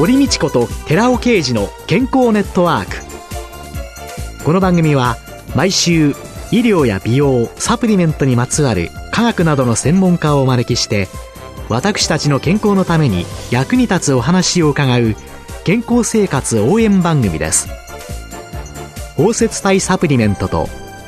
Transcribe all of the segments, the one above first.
堀道子と寺尾啓二の健康ネットワーク。この番組は毎週医療や美容、サプリメントにまつわる科学などの専門家をお招きして、私たちの健康のために役に立つお話を伺う健康生活応援番組です。包摂体サプリメントと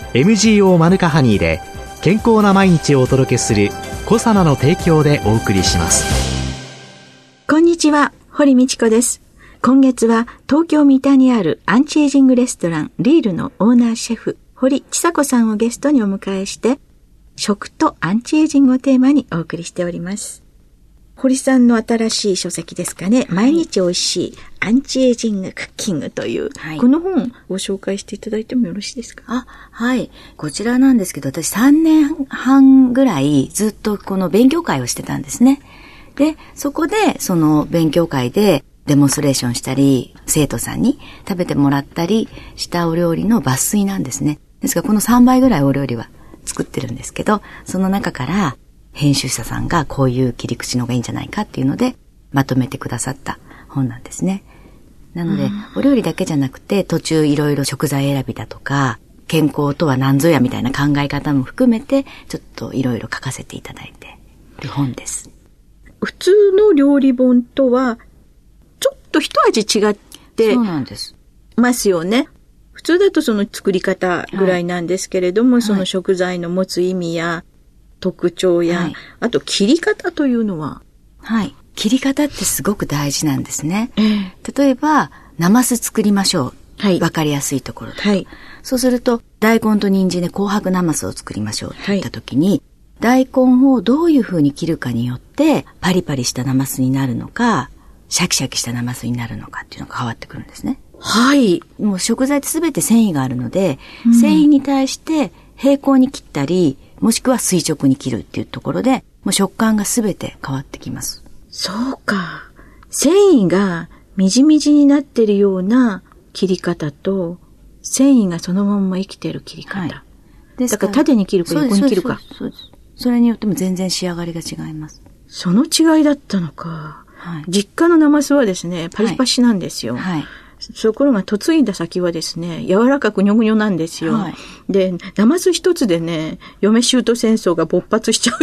MGO マヌカハニーで健康な毎日をお届けするコサナの提供でお送りします。 こんにちは、堀道子です。今月は東京三田にあるアンチエイジングレストランリールのオーナーシェフ堀千佐子さんをゲストにお迎えして、食とアンチエイジングをテーマにお送りしております。堀さんの新しい書籍ですかね、毎日おいしいアンチエイジングクッキングという、この本をご紹介していただいてもよろしいですか？ はい。こちらなんですけど、私3年半ぐらいずっとこの勉強会をしてたんですね。で、そこでその勉強会でデモンストレーションしたり、生徒さんに食べてもらったりしたお料理の抜粋なんですね。ですからこの3倍ぐらいお料理は作ってるんですけど、その中から編集者さんがこういう切り口の方がいいんじゃないかっていうのでまとめてくださった本なんですね。なので、お料理だけじゃなくて途中いろいろ食材選びだとか健康とは何ぞやみたいな考え方も含めてちょっといろいろ書かせていただいている本です。 普通の料理本とはちょっと一味違ってそうなんですますよね。普通だとその作り方ぐらいなんですけれども、その食材の持つ意味や特徴や、あと切り方というのは、 切り方ってすごく大事なんですね。例えばナマス作りましょう、わかりやすいところだと、そうすると大根と人参で紅白ナマスを作りましょうって言った時に、大根をどういう風に切るかによってパリパリしたナマスになるのかシャキシャキしたナマスになるのかっていうのが変わってくるんですね。もう食材って全て繊維があるので、繊維に対して平行に切ったりもしくは垂直に切るっていうところでもう食感が全て変わってきます。 そうか。繊維がみじみじになってるような切り方と繊維がそのまま生きてる切り方、だから縦に切るか横に切るか、 そうです。それによっても全然仕上がりが違います。 その違いだったのか。実家のナマスはですね、パリパシなんですよ。ところが嫁いだ先はですね、柔らかくにょぐにょなんですよ。で、ナマス一つでね、嫁姑戦争が勃発しちゃう。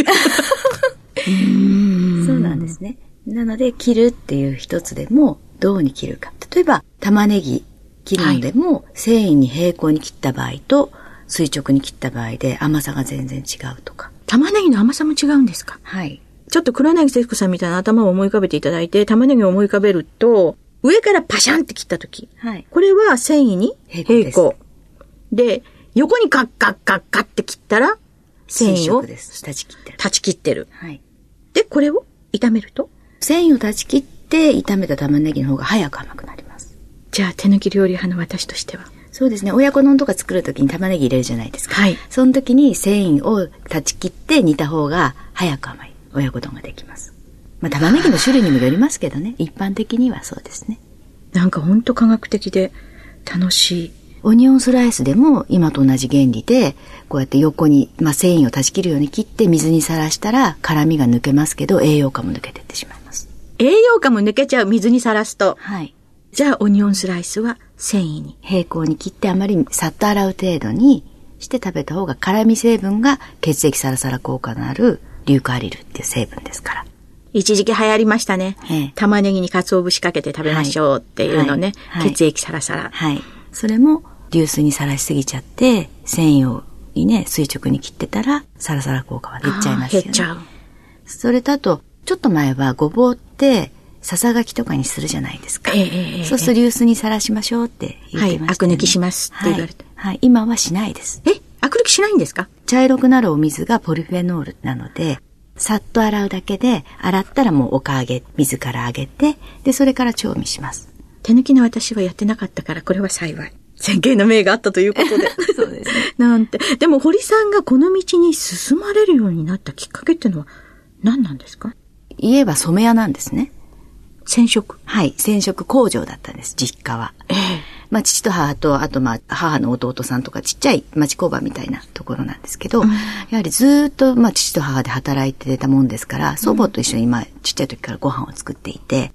そうなんですね。なので、切るっていう一つでもどうに切るか。例えば、玉ねぎ切るのでも、繊維に平行に切った場合と、垂直に切った場合で甘さが全然違うとか。 玉ねぎの甘さも違うんですか？ちょっと黒柳徹子さんみたいな頭を思い浮かべていただいて、玉ねぎを思い浮かべると、上からパシャンって切ったとき、これは繊維に平行。で、横にカッカッカッカッって切ったら、繊維を断ち切ってる。で、これを炒めると繊維を断ち切って炒めた玉ねぎの方が早く甘くなります。 じゃあ手抜き料理派の私としては。 そうですね。親子丼とか作るときに玉ねぎ入れるじゃないですか。その時に繊維を断ち切って煮た方が早く甘い親子丼ができます。玉ねぎの種類にもよりますけどね。一般的にはそうですね。 なんかほんと科学的で楽しい。 オニオンスライスでも今と同じ原理で、こうやって横に、繊維を断ち切るように切って水にさらしたら辛みが抜けますけど、栄養価も抜けていってしまいます。 栄養価も抜けちゃう、水にさらすと。じゃあオニオンスライスは繊維に平行に切ってあまりさっと洗う程度にして食べた方が辛み成分が血液サラサラ効果のある硫化アリルっていう成分ですから。 一時期流行りましたね。玉ねぎに鰹節かけて食べましょうっていうのね。血液サラサラ。 それも流水にさらしすぎちゃって繊維をにね垂直に切ってたらサラサラ効果は減っちゃいますよね。 減っちゃう。 それとあとちょっと前はごぼうってささがきとかにするじゃないですか。そうすると流水にさらしましょうって言ってましたね。 アク抜きしますって言われて。 今はしないです。 アク抜きしないんですか？ 茶色くなるお水がポリフェノールなので、さっと洗うだけで、洗ったらもう水からあげて、で、それから調味します。 手抜きの私はやってなかったから、これは幸い。先見の明があったということで。 そうですね。 なんて。でも、堀さんがこの道に進まれるようになったきっかけっていうのは何なんですか？ 家は染め屋なんですね。 染色？ 染色工場だったんです、実家は。父と母と、あと母の弟さんとかちっちゃい町工場みたいなところなんですけど、やはりずっと父と母で働いてたもんですから、祖母と一緒にちっちゃい時からご飯を作っていて、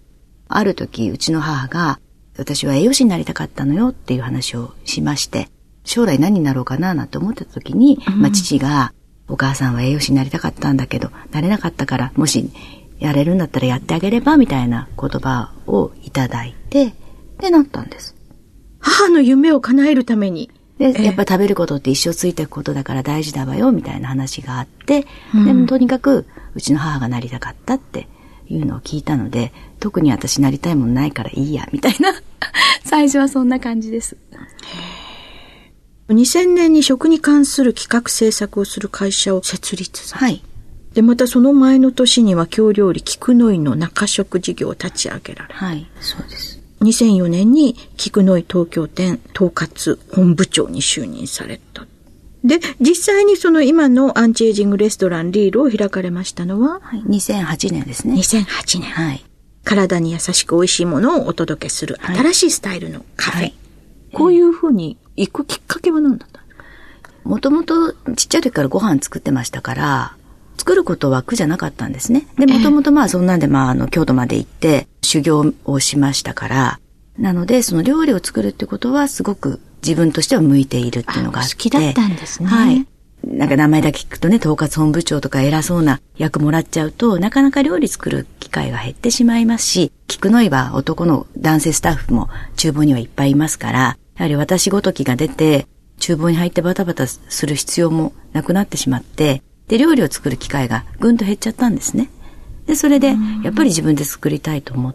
ある時、うちの母が、私は栄養士になりたかったのよっていう話をしまして、将来何になろうかななんて思ってた時に、父が、お母さんは栄養士になりたかったんだけど、なれなかったから、もしやれるんだったらやってあげれば、みたいな言葉をいただいて、で、なったんです。 母の夢を叶えるために。 で、やっぱり食べることって一生ついていくことだから大事だわよ、みたいな話があって、でもとにかく、うちの母がなりたかったっていうのを聞いたので、特に私なりたいもんないからいいや、みたいな。最初はそんな感じです。 2000年に食に関する企画制作をする会社を設立。 はい。 で、またその前の年には京料理菊の井の中食事業を立ち上げられ。 はい、そうです。 2004年に菊の井東京店統括本部長に就任された。で、実際にその今のアンチエイジングレストランリールを開かれましたのは、 はい、2008年ですね。 2008年。 はい。 体に優しく美味しいものをお届けする新しいスタイルのカフェ。 はい、 こういうふうに行くきっかけは何だったんですか？ もともとちっちゃい時からご飯作ってましたから、作ることは苦じゃなかったんですね。で、もともとそんなんで京都まで行って修行をしましたから、なのでその料理を作るってことはすごく自分としては向いているっていうのがあって。 好きだったんですね。 はい。なんか名前だけ聞くとね、統括本部長とか偉そうな役もらっちゃうと、なかなか料理作る機会が減ってしまいますし、菊の井は男の男性スタッフも厨房にはいっぱいいますから、やはり私ごときが出て、厨房に入ってバタバタする必要もなくなってしまって、で、料理を作る機会がぐんと減っちゃったんですね。で、それで、やっぱり自分で作りたいと思って、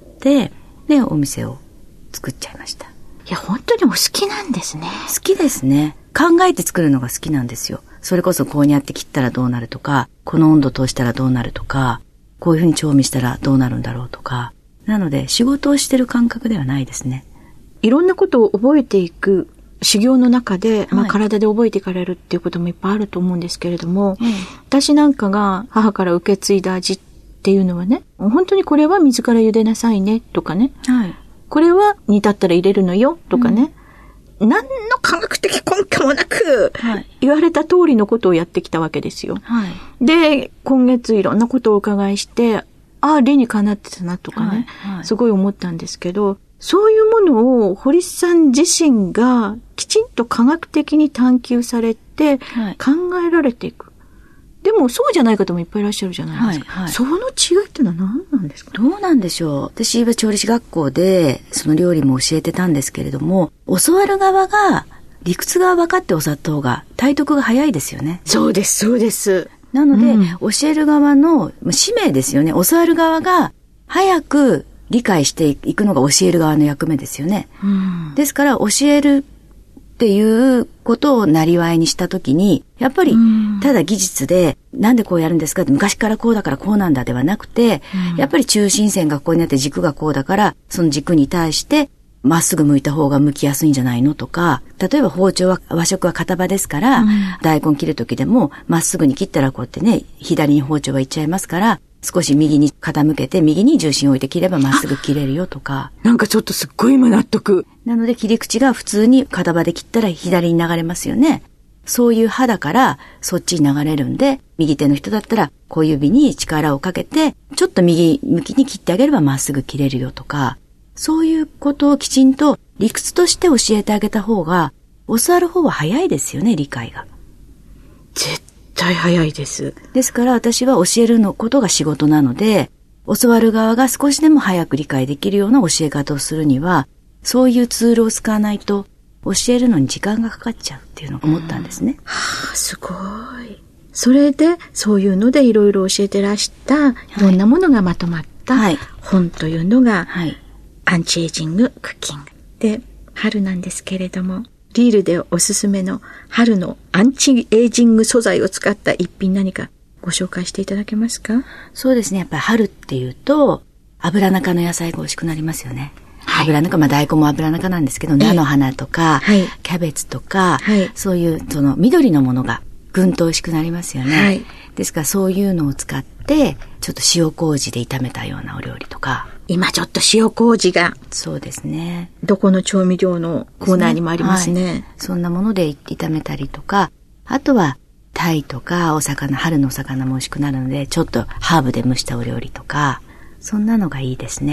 で、お店を作っちゃいました。 いや、本当にお好きなんですね。 好きですね。考えて作るのが好きなんですよ。それこそこうやって切ったらどうなるとか、この温度通したらどうなるとか、こういうふうに調味したらどうなるんだろうとか。なので、仕事をしてる感覚ではないですね。 いろんなことを覚えていく修行の中で、体で覚えていかれるっていうこともいっぱいあると思うんですけれども、私なんかが母から受け継いだ味っていうのはね、本当にこれは水から茹でなさいねとかね、 はい、 これは煮立ったら入れるのよとかね、何の科学的根拠もなく、言われた通りのことをやってきたわけですよ。 はい、 で、今月いろんなことをお伺いして、ああ、理にかなってたなとかね、すごい思ったんですけど、そういうものを堀さん自身がきちんと科学的に探求されて考えられていく。でもそうじゃない方もいっぱいいらっしゃるじゃないですか。その違いってのは何なんですか？ どうなんでしょう。私は調理師学校でその料理も教えてたんですけれども、教わる側が理屈が分かって教わった方が体得が早いですよね。 そうです、そうです。 なので、教える側の使命ですよね。教わる側が早く理解していくのが教える側の役目ですよね。ですから教えるっていうことをなりわいにしたときに、やっぱりただ技術でなんでこうやるんですかって昔からこうだからこうなんだではなくて、やっぱり中心線がここになって軸がこうだからその軸に対してまっすぐ向いた方が向きやすいんじゃないのとか、例えば包丁は和食は片刃ですから、大根切るときでもまっすぐに切ったらこうやってね、左に包丁はいっちゃいますから、少し右に傾けて右に重心を置いて切ればまっすぐ切れるよとか。 なんかちょっとすっごい今納得。 なので切り口が普通に片刃で切ったら左に流れますよね。そういう刃だからそっちに流れるんで、右手の人だったら小指に力をかけてちょっと右向きに切ってあげればまっすぐ切れるよとか、そういうことをきちんと理屈として教えてあげた方が、教わる方は早いですよね、理解が。 絶対早いです。 ですから私は教えるのことが仕事なので、教わる側が少しでも早く理解できるような教え方をするには、そういうツールを使わないと教えるのに時間がかかっちゃうっていうのを思ったんですね。 すごい。それでそういうのでいろいろ教えてらしたいろんなものがまとまった本というのが、アンチエイジングクッキングで、春なんですけれども、リールでおすすめの春のアンチエイジング素材を使った一品、何かご紹介していただけますか？ そうですね。やっぱり春っていうと油中の野菜が美味しくなりますよね。油中、大根も油中なんですけど、菜の花とか、キャベツとか、そういうその緑のものがぐんと美味しくなりますよね。ですからそういうのを使ってちょっと塩麹で炒めたようなお料理とか。 今ちょっと塩麹が。 そうですね。 どこの調味料のコーナーにもありますね。 そんなもので炒めたりとか、あとは鯛とかお魚、春のお魚も美味しくなるので、ちょっとハーブで蒸したお料理とか、そんなのがいいですね。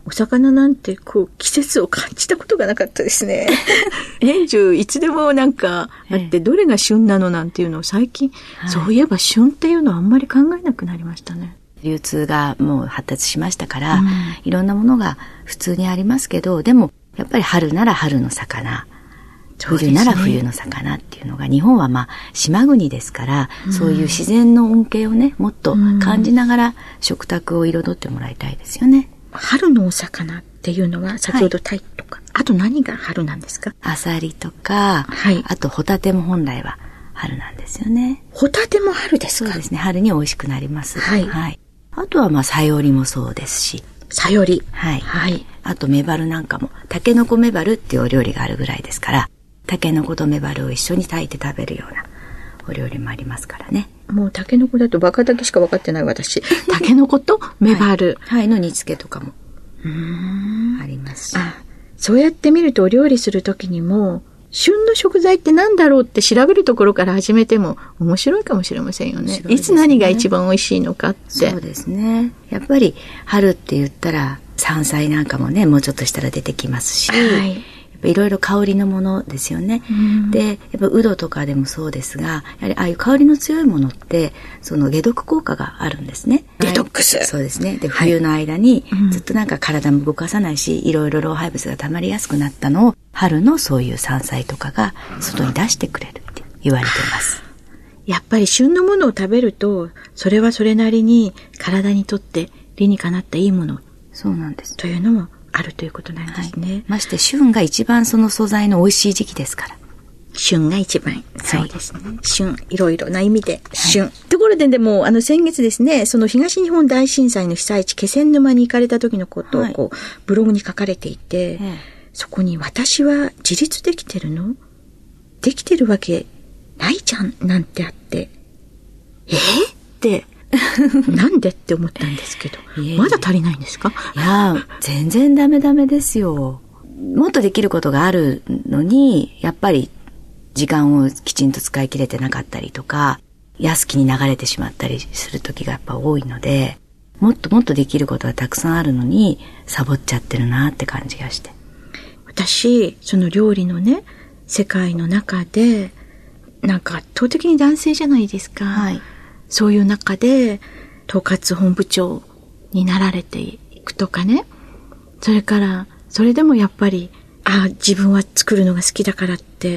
お魚なんて季節を感じたことがなかったですね。年中いつでもなんかあって、どれが旬なのなんていうのを最近、そういえば旬っていうのはあんまり考えなくなりましたね。 流通がもう発達しましたから、いろんなものが普通にありますけど、でもやっぱり春なら春の魚、冬なら冬の魚っていうのが、日本は島国ですから、そういう自然の恩恵をね、もっと感じながら食卓を彩ってもらいたいですよね。 春のお魚っていうのは先ほど鯛とか、あと何が春なんですか？ アサリとか、あとホタテも本来は春なんですよね。 ホタテも春ですか？ そうですね。春に美味しくなります。あとはサヨリもそうですし。 サヨリ。 あとメバルなんかも、タケノコメバルっていうお料理があるぐらいですから、タケノコとメバルを一緒に炊いて食べるようなお料理もありますからね。 もうタケノコだとバカだけしか分かってない私。タケノコとメバル。 の煮付けとかもありますし。 そうやって見るとお料理するときにも、旬の食材って何だろうって調べるところから始めても面白いかもしれませんよね。いつ何が一番美味しいのかって。 そうですね。やっぱり春って言ったら山菜なんかもね、もうちょっとしたら出てきますし、いろいろ香りのものですよね。で、やっぱウドとかでもそうですが、やはりああいう香りの強いものって、その解毒効果があるんですね。 デトックス。 そうですね。で、冬の間にずっとなんか体も動かさないし、いろいろ老廃物が溜まりやすくなったのを、春のそういう山菜とかが外に出してくれるって言われています。 やっぱり旬のものを食べると、それはそれなりに体にとって理にかなったいいもの。 そうなんです。 というのもあるということなんですね。 まして旬が一番その素材の美味しい時期ですから。 旬が一番。そうですね。旬、いろいろな意味で旬。ところででも、先月ですね、その東日本大震災の被災地気仙沼に行かれた時のことをブログに書かれていて、そこに私は自立できてるの？できてるわけないじゃんなんてあって、ってなんでって思ったんですけど、まだ足りないんですか？ いや、全然ダメですよ。もっとできることがあるのに、やっぱり時間をきちんと使い切れてなかったりとか、安きに流れてしまったりする時がやっぱ多いので、もっともっとできることがたくさんあるのに、サボっちゃってるなって感じがして。 私、その料理のね、世界の中で、なんか圧倒的に男性じゃないですか。そういう中で、統括本部長になられていくとかね。それから、それでもやっぱり、自分は作るのが好きだからって、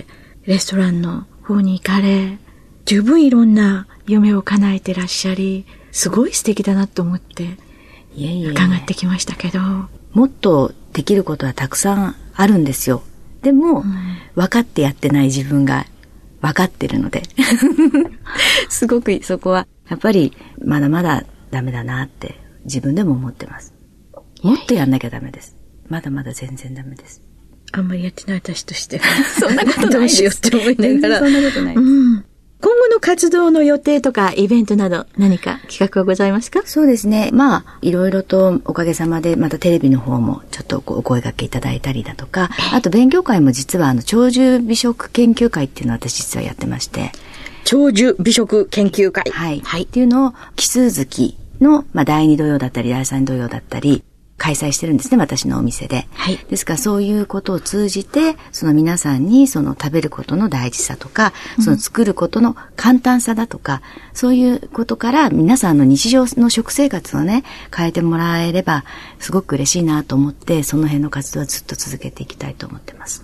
レストランの方に行かれ、十分いろんな夢を叶えてらっしゃり、すごい素敵だなと思って、伺ってきましたけど。 もっとできることはたくさんあるんですよ。でも、分かってやってない自分が分かってるので。すごくそこは、やっぱりまだまだダメだなって自分でも思ってます。もっとやんなきゃダメです。まだまだ全然ダメです。 あんまりやってない私としては。 そんなことないです。 どうしようって思いながら。 そんなことないです。 今後の活動の予定とかイベントなど何か企画はございますか？ そうですね。いろいろとおかげさまで、またテレビの方もちょっとお声掛けいただいたりだとか、あと勉強会も実は長寿美食研究会っていうのを私実はやってまして。 長寿美食研究会。 っていうのを奇数月の、第2土曜だったり第3土曜だったり、開催してるんですね、私のお店で。ですからそういうことを通じて、その皆さんにその食べることの大事さとか、その作ることの簡単さだとか、そういうことから皆さんの日常の食生活をね、変えてもらえればすごく嬉しいなと思って、その辺の活動はずっと続けていきたいと思ってます。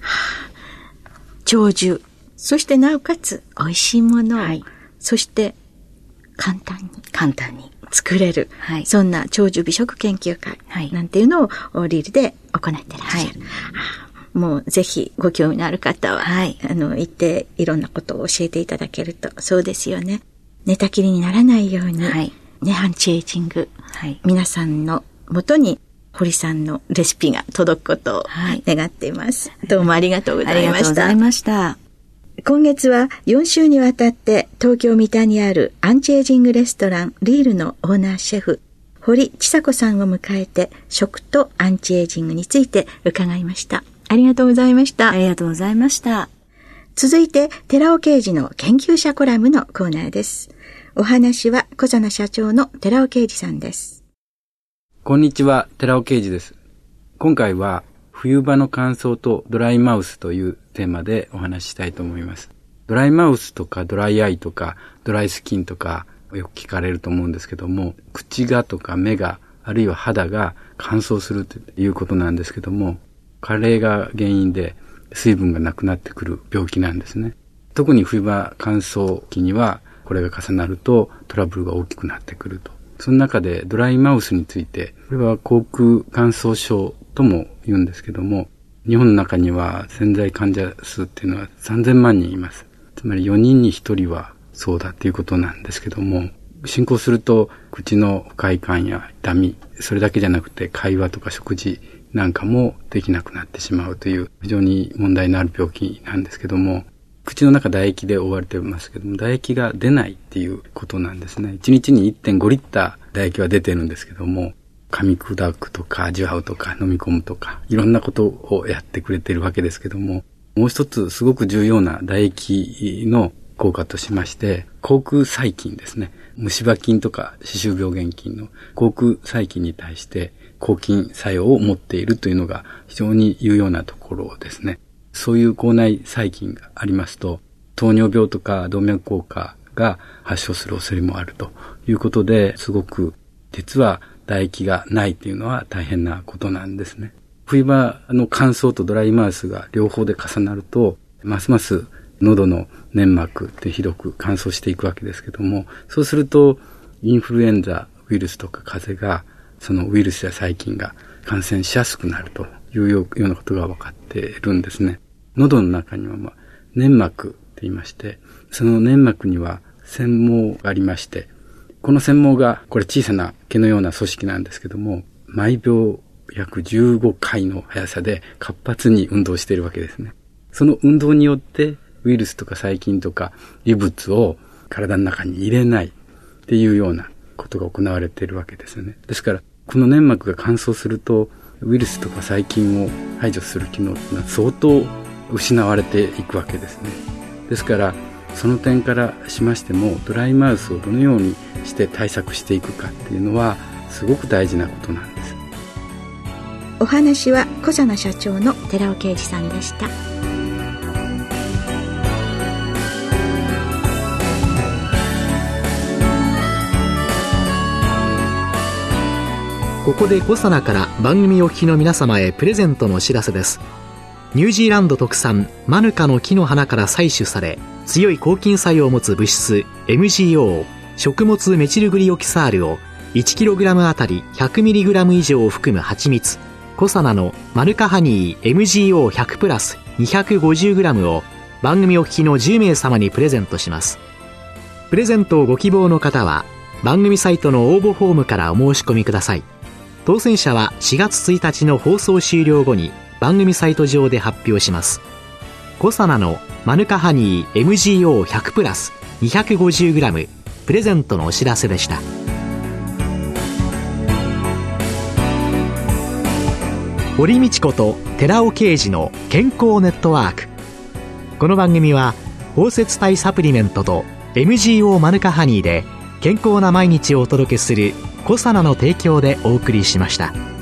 長寿。そしてなおかつ美味しいものを、そして簡単に作れる、そんな長寿美食研究会なんていうのをリールで行っていらっしゃる。もうぜひご興味のある方は、行っていろんなことを教えていただけると、そうですよね。寝たきりにならないように、アンチエイジング、皆さんのもとに堀さんのレシピが届くことを願っています。どうもありがとうございました。 ありがとうございました。 今月は4週にわたって東京三田にあるアンチエイジングレストランリールのオーナーシェフ堀千佐子さんを迎えて食とアンチエイジングについて伺いました。ありがとうございました。 ありがとうございました。 続いて寺尾啓二の研究者コラムのコーナーです。お話は小佐奈社長の寺尾啓二さんです。 こんにちは、寺尾啓二です。今回は冬場の乾燥とドライマウスというテーマでお話ししたいと思います。ドライマウスとかドライアイとかドライスキンとかよく聞かれると思うんですけども、口がとか目があるいは肌が乾燥するということなんですけども、加齢が原因で水分がなくなってくる病気なんですね。特に冬場乾燥期にはこれが重なるとトラブルが大きくなってくると。その中でドライマウスについて、これは口腔乾燥症とも言うんですけども、日本の中には潜在患者数っていうのは3000万人います。つまり4人に1人はそうだということなんですけども、進行すると口の不快感や痛み、それだけじゃなくて会話とか食事なんかもできなくなってしまうという非常に問題のある病気なんですけども、口の中唾液で覆われてますけども、唾液が出ないっていうことなんですね。1日に 1.5 リッター唾液は出てるんですけども、噛み砕くとかジュハウとか飲み込むとかいろんなことをやってくれているわけですけども、もう一つすごく重要な唾液の効果としまして、口腔細菌ですね。虫歯菌とか歯周病原菌の口腔細菌に対して抗菌作用を持っているというのが非常に有用なところですね。そういう口内細菌がありますと、糖尿病とか動脈硬化が発症する恐れもあるということで、すごく実は唾液がないというのは大変なことなんですね。冬場の乾燥とドライマウスが両方で重なると、ますます喉の粘膜ってひどく乾燥していくわけですけども、そうするとインフルエンザウイルスとか風邪が、そのウイルスや細菌が感染しやすくなるというようなことが分かっているんですね。喉の中には粘膜って言いまして、その粘膜には繊毛がありまして、この繊毛が、これ小さな毛のような組織なんですけども、毎秒約15回の速さで活発に運動しているわけですね。その運動によってウイルスとか細菌とか異物を体の中に入れないっていうようなことが行われているわけですよね。ですから、この粘膜が乾燥すると、ウイルスとか細菌を排除する機能っていうのは相当失われていくわけですね。ですから、その点からしましても、ドライマウスをどのようにして対策していくかっていうのはすごく大事なことなんです。 お話は小佐奈社長の寺尾啓二さんでした。 ここで小佐奈から番組お聞きの皆様へプレゼントのお知らせです。ニュージーランド特産マヌカの木の花から採取され、強い抗菌作用を持つ物質 MGO 食物メチルグリオキサールを 1kg あたり 100mg 以上を含む蜂蜜コサナのマヌカハニー MGO100 プラス 250g を番組お聞きの10名様にプレゼントします。プレゼントをご希望の方は番組サイトの応募フォームからお申し込みください。当選者は4月1日の放送終了後に番組サイト上で発表します。コサナのマヌカハニー MGO100 プラス 250g プレゼントのお知らせでした。堀道子と寺尾啓二の健康ネットワーク。この番組は包摂体サプリメントと MGO マヌカハニーで健康な毎日をお届けするコサナの提供でお送りしました。